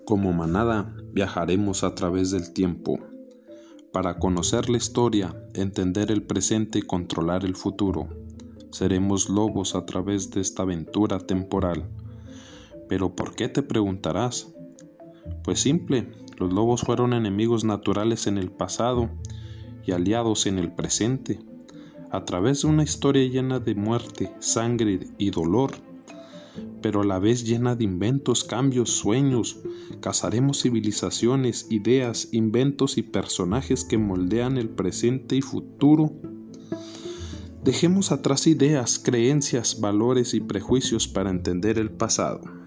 Como manada, viajaremos a través del tiempo para conocer la historia, entender el presente y controlar el futuro. Seremos lobos a través de esta aventura temporal. ¿Pero por qué?, te preguntarás. Pues simple, los lobos fueron enemigos naturales en el pasado y aliados en el presente. A través de una historia llena de muerte, sangre y dolor, pero a la vez llena de inventos, cambios, sueños, cazaremos civilizaciones, ideas, inventos y personajes que moldean el presente y futuro. Dejemos atrás ideas, creencias, valores y prejuicios para entender el pasado.